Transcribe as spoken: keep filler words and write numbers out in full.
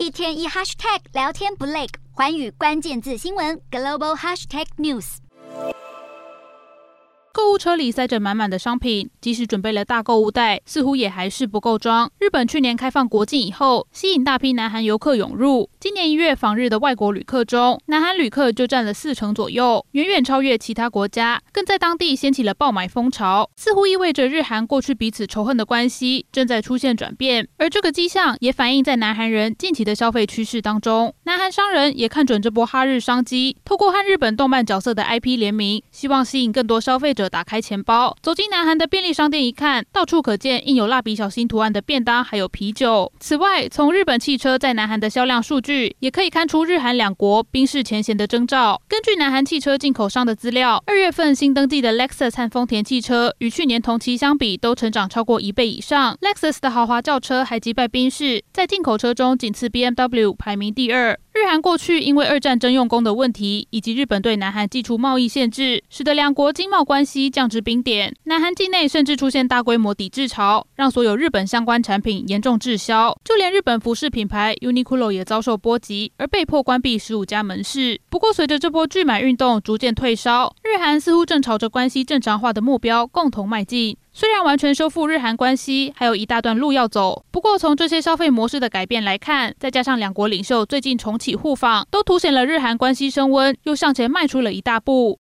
一天一 hashtag 聊天不累，寰宇关键字新闻 global hashtag news。 购物车里塞着满满的商品，即使准备了大购物袋，似乎也还是不够装。日本去年开放国境以后，吸引大批南韩游客涌入。今年一月访日的外国旅客中，南韩旅客就占了四成左右，远远超越其他国家，更在当地掀起了爆买风潮。似乎意味着日韩过去彼此仇恨的关系正在出现转变，而这个迹象也反映在南韩人近期的消费趋势当中。南韩商人也看准这波哈日商机，透过和日本动漫角色的 I P 联名，希望吸引更多消费者打开钱包。走进南韩的便利商店一看，到处可见印有蜡笔小新图案的便当还有啤酒。此外，从日本汽车在南韩的销量数据也可以看出日韩两国冰释前嫌的征兆。根据南韩汽车进口商的资料，二月份新登记的 Lexus 和丰田汽车与去年同期相比都成长超过一倍以上。 Lexus 的豪华轿车还击败宾士，在进口车中仅次 B M W 排名第二。日韩过去因为二战征用工的问题，以及日本对南韩祭出贸易限制，使得两国经贸关系降至冰点。南韩境内甚至出现大规模抵制潮，让所有日本相关产品严重滞销。就连日本服饰品牌 Uniqlo 也遭受波及，而被迫关闭十五家门市。不过，随着这波拒买运动逐渐退烧，日韩似乎正朝着关系正常化的目标共同迈进。虽然完全修复日韩关系还有一大段路要走，不过从这些消费模式的改变来看，再加上两国领袖最近重启互访，都凸显了日韩关系升温又向前迈出了一大步。